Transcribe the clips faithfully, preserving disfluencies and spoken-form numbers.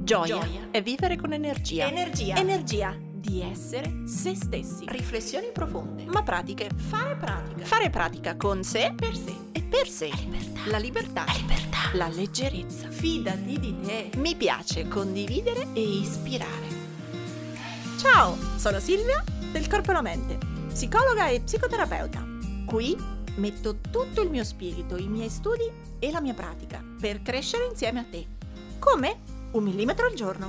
Gioia, Gioia è vivere con energia. Energia. Energia di essere se stessi. Riflessioni profonde. Ma pratiche. Fare pratica. Fare pratica con sé, Per sé. e per sé. La libertà. La libertà. La libertà. La leggerezza. Fidati di te. Mi piace condividere e ispirare. Ciao, sono Silvia del Corpo e la Mente, psicologa e psicoterapeuta. Qui metto tutto il mio spirito, i miei studi e la mia pratica per crescere insieme a te. Come? Un millimetro al giorno.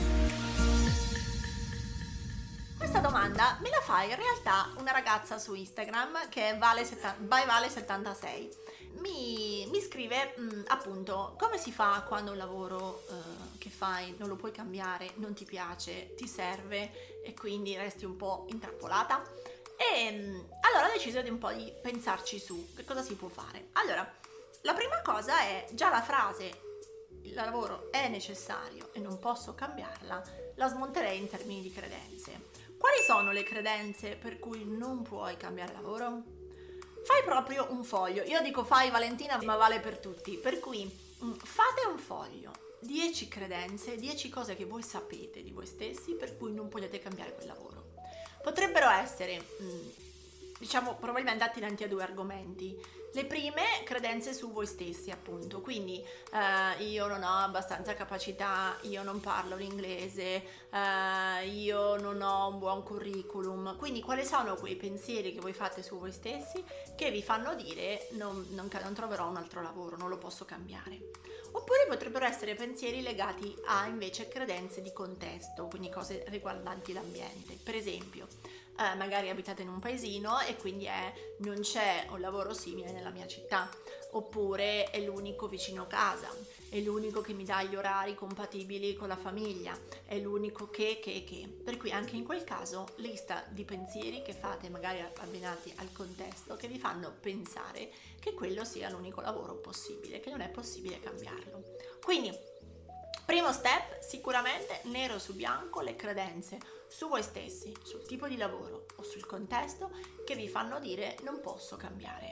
Questa domanda me la fa in realtà una ragazza su Instagram che è Vale by Vale settantasei. Mi, mi scrive mh, appunto come si fa quando un lavoro uh, che fai non lo puoi cambiare, non ti piace, ti serve e quindi resti un po' intrappolata. E mh, allora ho deciso di un po' di pensarci su che cosa si può fare. Allora, la prima cosa è già la frase il lavoro è necessario e non posso cambiarla, la smonterei in termini di credenze. Quali sono le credenze per cui non puoi cambiare lavoro? Fai proprio un foglio. Io dico fai Valentina, ma vale per tutti. Per cui mh, fate un foglio. dieci credenze, dieci cose che voi sapete di voi stessi per cui non potete cambiare quel lavoro. Potrebbero essere, mh, diciamo, probabilmente attinenti a due argomenti. Le prime, credenze su voi stessi, appunto, quindi eh, io non ho abbastanza capacità, io non parlo l'inglese, eh, io non ho un buon curriculum. Quindi quali sono quei pensieri che voi fate su voi stessi che vi fanno dire non, non, non troverò un altro lavoro, non lo posso cambiare? Oppure potrebbero essere pensieri legati a invece credenze di contesto, quindi cose riguardanti l'ambiente. Per esempio, eh, magari abitate in un paesino e quindi è, non c'è un lavoro simile nella mia città, oppure è l'unico vicino casa, è l'unico che mi dà gli orari compatibili con la famiglia, è l'unico che, che, che. Per cui anche in quel caso lista di pensieri che fate magari abbinati al contesto che vi fanno pensare che quello sia l'unico lavoro possibile, che non è possibile cambiarlo. Quindi primo step, sicuramente nero su bianco le credenze su voi stessi, sul tipo di lavoro o sul contesto che vi fanno dire non posso cambiare.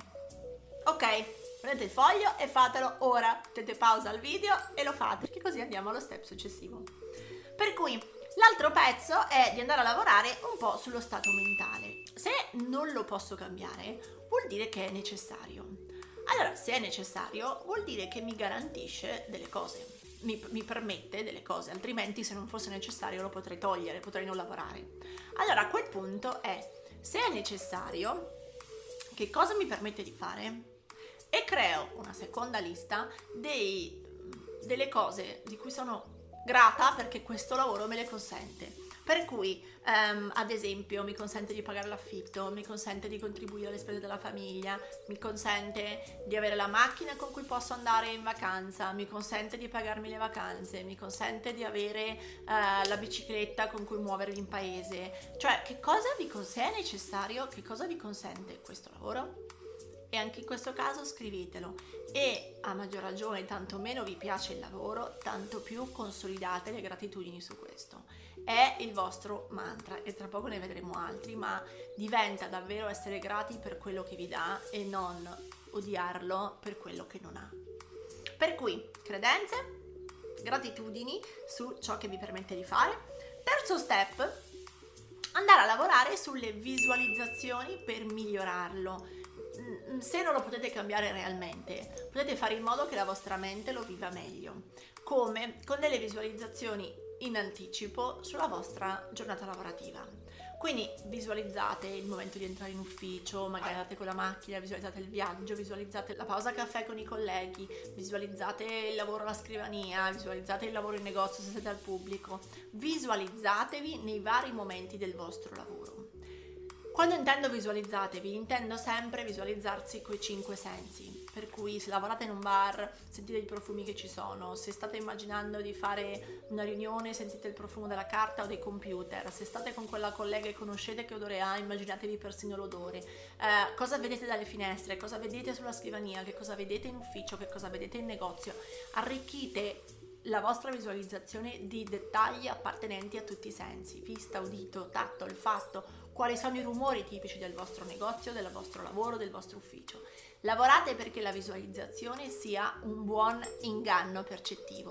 Ok, prendete il foglio e fatelo ora, mettete pausa al video e lo fate, perché così andiamo allo step successivo. Per cui l'altro pezzo è di andare a lavorare un po' sullo stato mentale. Se non lo posso cambiare, vuol dire che è necessario. Allora, se è necessario, vuol dire che mi garantisce delle cose. Mi, mi permette delle cose, altrimenti se non fosse necessario lo potrei togliere, potrei non lavorare. Allora a quel punto è, se è necessario, che cosa mi permette di fare? E creo una seconda lista dei, delle cose di cui sono grata perché questo lavoro me le consente. Per cui, um, ad esempio, mi consente di pagare l'affitto, mi consente di contribuire alle spese della famiglia, mi consente di avere la macchina con cui posso andare in vacanza, mi consente di pagarmi le vacanze, mi consente di avere uh, la bicicletta con cui muovermi in paese. Cioè, che cosa vi consente? Se è necessario, che cosa vi consente questo lavoro? E anche in questo caso scrivetelo. E a maggior ragione, tanto meno vi piace il lavoro, tanto più consolidate le gratitudini su questo. È il vostro mantra e tra poco ne vedremo altri, ma diventa davvero essere grati per quello che vi dà e non odiarlo per quello che non ha. Per cui, credenze, gratitudini su ciò che vi permette di fare. Terzo step, andare a lavorare sulle visualizzazioni per migliorarlo. Se non lo potete cambiare realmente, potete fare in modo che la vostra mente lo viva meglio. Come? Con delle visualizzazioni in anticipo sulla vostra giornata lavorativa. Quindi visualizzate il momento di entrare in ufficio, magari andate con la macchina, visualizzate il viaggio, visualizzate la pausa caffè con i colleghi, visualizzate il lavoro alla scrivania, visualizzate il lavoro in negozio se siete al pubblico, visualizzatevi nei vari momenti del vostro lavoro. Quando intendo visualizzatevi, intendo sempre visualizzarsi coi cinque sensi, per cui se lavorate in un bar sentite i profumi che ci sono, se state immaginando di fare una riunione sentite il profumo della carta o dei computer, se state con quella collega e conoscete che odore ha, immaginatevi persino l'odore, eh, cosa vedete dalle finestre, cosa vedete sulla scrivania, che cosa vedete in ufficio, che cosa vedete in negozio, arricchite la vostra visualizzazione di dettagli appartenenti a tutti i sensi, vista, udito, tatto, olfatto, quali sono i rumori tipici del vostro negozio, del vostro lavoro, del vostro ufficio. Lavorate perché la visualizzazione sia un buon inganno percettivo.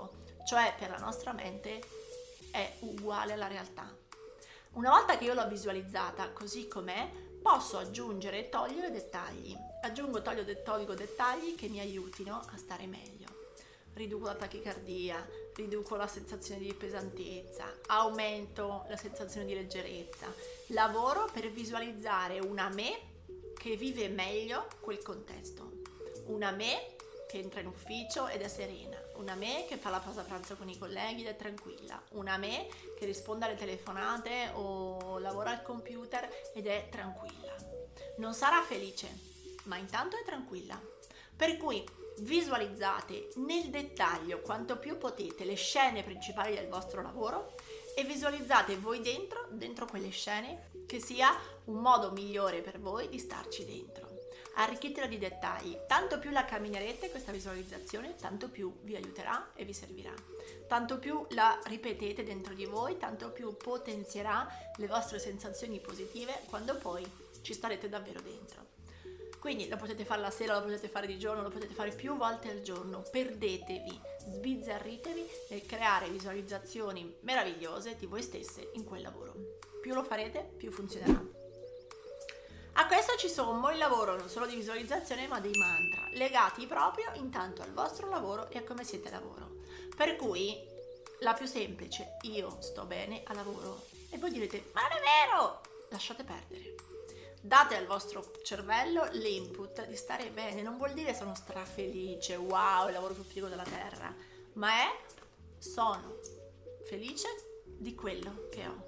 cioè per la nostra mente è uguale alla realtà. Una volta che io l'ho visualizzata così com'è, posso aggiungere e togliere dettagli. Aggiungo, toglio, tolgo dettagli che mi aiutino a stare meglio. Riduco la tachicardia, riduco la sensazione di pesantezza, aumento la sensazione di leggerezza. Lavoro per visualizzare una me che vive meglio quel contesto, una me che entra in ufficio ed è serena, una me che fa la pausa pranzo con i colleghi ed è tranquilla, una me che risponde alle telefonate o lavora al computer ed è tranquilla. Non sarà felice, ma intanto è tranquilla. Per cui visualizzate nel dettaglio quanto più potete le scene principali del vostro lavoro e visualizzate voi dentro, dentro quelle scene, che sia un modo migliore per voi di starci dentro. Arricchitela di dettagli, tanto più la camminerete questa visualizzazione, tanto più vi aiuterà e vi servirà. Tanto più la ripetete dentro di voi, tanto più potenzierà le vostre sensazioni positive quando poi ci starete davvero dentro. Quindi lo potete fare la sera, lo potete fare di giorno, lo potete fare più volte al giorno. Perdetevi, sbizzarritevi nel creare visualizzazioni meravigliose di voi stesse in quel lavoro. Più lo farete, più funzionerà. A questo ci sommo il lavoro non solo di visualizzazione ma dei mantra, legati proprio intanto al vostro lavoro e a come siete a lavoro. Per cui la più semplice, io sto bene a lavoro. E voi direte, ma non è vero! Lasciate perdere. Date al vostro cervello l'input di stare bene, non vuol dire sono strafelice, wow, il lavoro più figo della terra, ma è sono felice di quello che ho.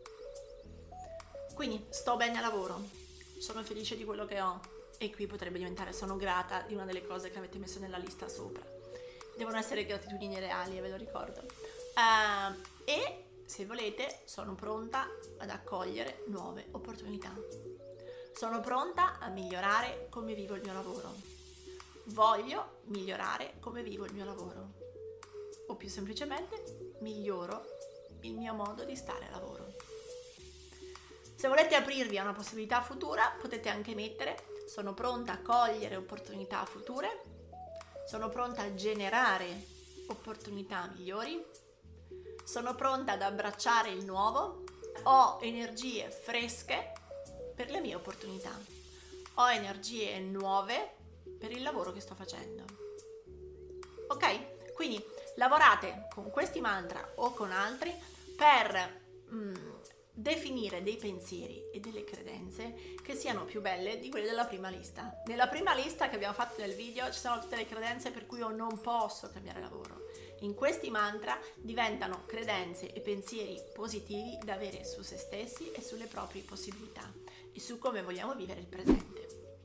Quindi sto bene a lavoro, sono felice di quello che ho e qui potrebbe diventare sono grata di una delle cose che avete messo nella lista sopra. Devono essere gratitudini reali, ve lo ricordo. Uh, e se volete sono pronta ad accogliere nuove opportunità. Sono pronta a migliorare come vivo il mio lavoro. Voglio migliorare come vivo il mio lavoro. O più semplicemente, miglioro il mio modo di stare a lavoro. Se volete aprirvi a una possibilità futura, potete anche mettere sono pronta a cogliere opportunità future, sono pronta a generare opportunità migliori, sono pronta ad abbracciare il nuovo, ho energie fresche per le mie opportunità. Ho energie nuove per il lavoro che sto facendo. Ok? Quindi lavorate con questi mantra o con altri per mm, definire dei pensieri e delle credenze che siano più belle di quelle della prima lista. Nella prima lista che abbiamo fatto nel video ci sono tutte le credenze per cui io non posso cambiare lavoro. In questi mantra diventano credenze e pensieri positivi da avere su se stessi e sulle proprie possibilità e su come vogliamo vivere il presente.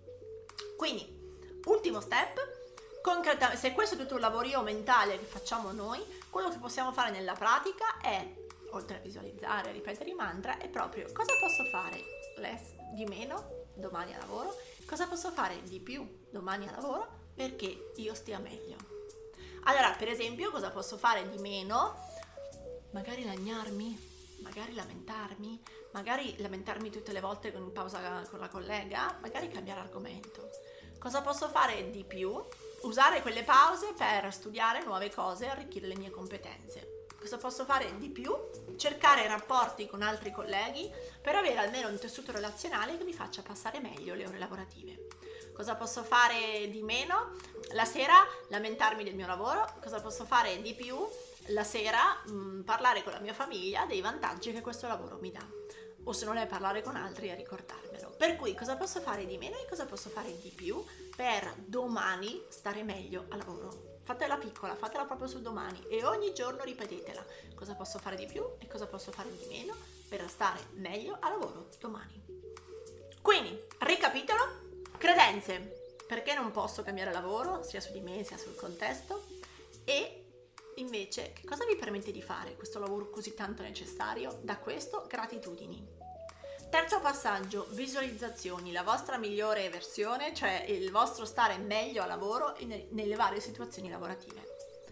Quindi, ultimo step, concreta- se questo è tutto un lavorio mentale che facciamo noi, quello che possiamo fare nella pratica è, oltre a visualizzare e ripetere i mantra, è proprio cosa posso fare less, di meno domani a lavoro, cosa posso fare di più domani a lavoro perché io stia meglio. Allora, per esempio, cosa posso fare di meno? Magari lagnarmi, magari lamentarmi, magari lamentarmi tutte le volte in pausa con la collega, magari cambiare argomento. Cosa posso fare di più? Usare quelle pause per studiare nuove cose e arricchire le mie competenze. Cosa posso fare di più? Cercare rapporti con altri colleghi per avere almeno un tessuto relazionale che mi faccia passare meglio le ore lavorative. Cosa posso fare di meno? La sera lamentarmi del mio lavoro. Cosa posso fare di più? La sera mh, parlare con la mia famiglia dei vantaggi che questo lavoro mi dà. O se non è parlare con altri e ricordarmelo. Per cui cosa posso fare di meno e cosa posso fare di più per domani stare meglio a lavoro. Fatela piccola, fatela proprio su domani e ogni giorno ripetetela. Cosa posso fare di più e cosa posso fare di meno per stare meglio a lavoro domani. Quindi, ricapitolo. Credenze, perché non posso cambiare lavoro, sia su di me sia sul contesto, e invece che cosa vi permette di fare questo lavoro così tanto necessario? Da questo, gratitudini. Terzo passaggio, visualizzazioni, la vostra migliore versione, cioè il vostro stare meglio a lavoro e nelle varie situazioni lavorative.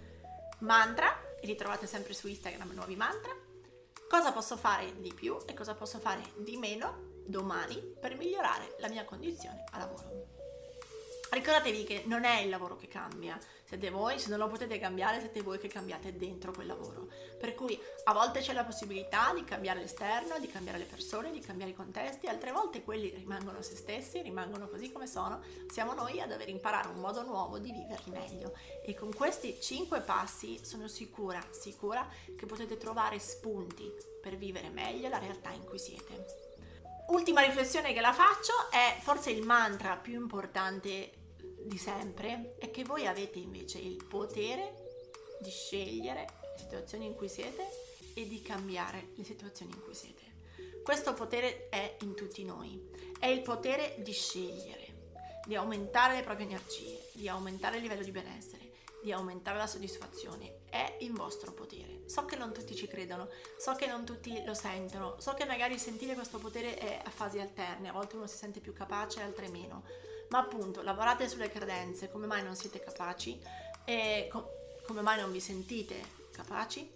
Mantra, e li trovate sempre su Instagram, nuovi mantra. Cosa posso fare di più e cosa posso fare di meno domani per migliorare la mia condizione a lavoro. ricordatevi che non è il lavoro che cambia, siete voi, se non lo potete cambiare siete voi che cambiate dentro quel lavoro, per cui a volte c'è la possibilità di cambiare l'esterno, di cambiare le persone, di cambiare i contesti, altre volte quelli rimangono se stessi, rimangono così come sono, siamo noi a dover imparare un modo nuovo di viverli meglio, e con questi cinque passi sono sicura, sicura che potete trovare spunti per vivere meglio la realtà in cui siete. Ultima riflessione che la faccio è forse il mantra più importante di sempre, è che voi avete invece il potere di scegliere le situazioni in cui siete e di cambiare le situazioni in cui siete. Questo potere è in tutti noi, è il potere di scegliere, di aumentare le proprie energie, di aumentare il livello di benessere, di aumentare la soddisfazione. È il vostro potere. So che non tutti ci credono, so che non tutti lo sentono, so che magari sentire questo potere è a fasi alterne, a volte uno si sente più capace, altre meno, ma appunto lavorate sulle credenze, come mai non siete capaci e com- come mai non vi sentite capaci,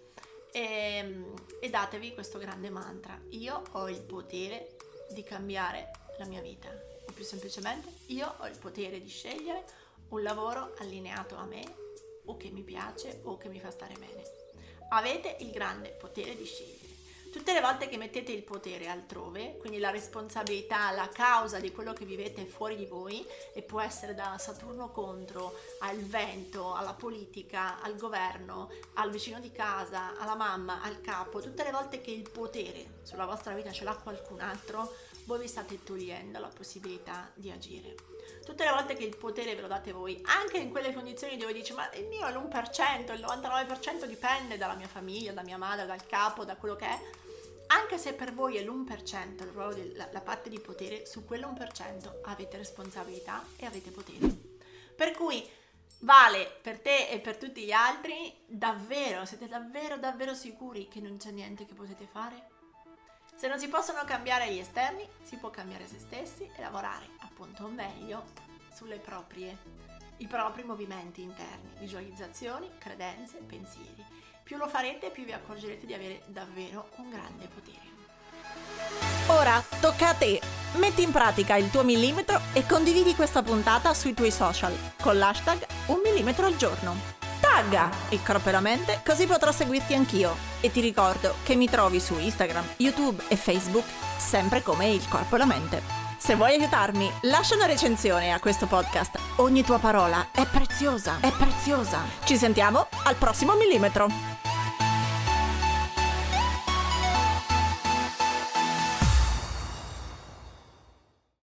e, e datevi questo grande mantra: io ho il potere di cambiare la mia vita, o più semplicemente io ho il potere di scegliere un lavoro allineato a me, o che mi piace o che mi fa stare bene. Avete il grande potere di scegliere. Tutte le volte che mettete il potere altrove, quindi la responsabilità, la causa di quello che vivete è fuori di voi, e può essere da Saturno contro al vento, alla politica, al governo, al vicino di casa, alla mamma, al capo, tutte le volte che il potere sulla vostra vita ce l'ha qualcun altro, voi vi state togliendo la possibilità di agire. Tutte le volte che il potere ve lo date voi, anche in quelle condizioni dove dici ma il mio è l'uno per cento, il novantanove per cento dipende dalla mia famiglia, da mia madre, dal capo, da quello che è, anche se per voi è l'uno per cento la, la parte di potere, su quell'uno per cento avete responsabilità e avete potere. Per cui vale per te e per tutti gli altri. Davvero, siete davvero davvero sicuri che non c'è niente che potete fare? Se non si possono cambiare gli esterni, si può cambiare se stessi e lavorare appunto meglio sulle proprie, i propri movimenti interni, visualizzazioni, credenze, pensieri. Più lo farete, più vi accorgerete di avere davvero un grande potere. Ora tocca a te! Metti in pratica il tuo millimetro e condividi questa puntata sui tuoi social con l'hashtag un millimetro al giorno. Tagga il corpo e la mente, così potrò seguirti anch'io. E ti ricordo che mi trovi su Instagram, YouTube e Facebook sempre come il corpo e la mente. Se vuoi aiutarmi, lascia una recensione a questo podcast. Ogni tua parola è preziosa, è preziosa. Ci sentiamo al prossimo millimetro.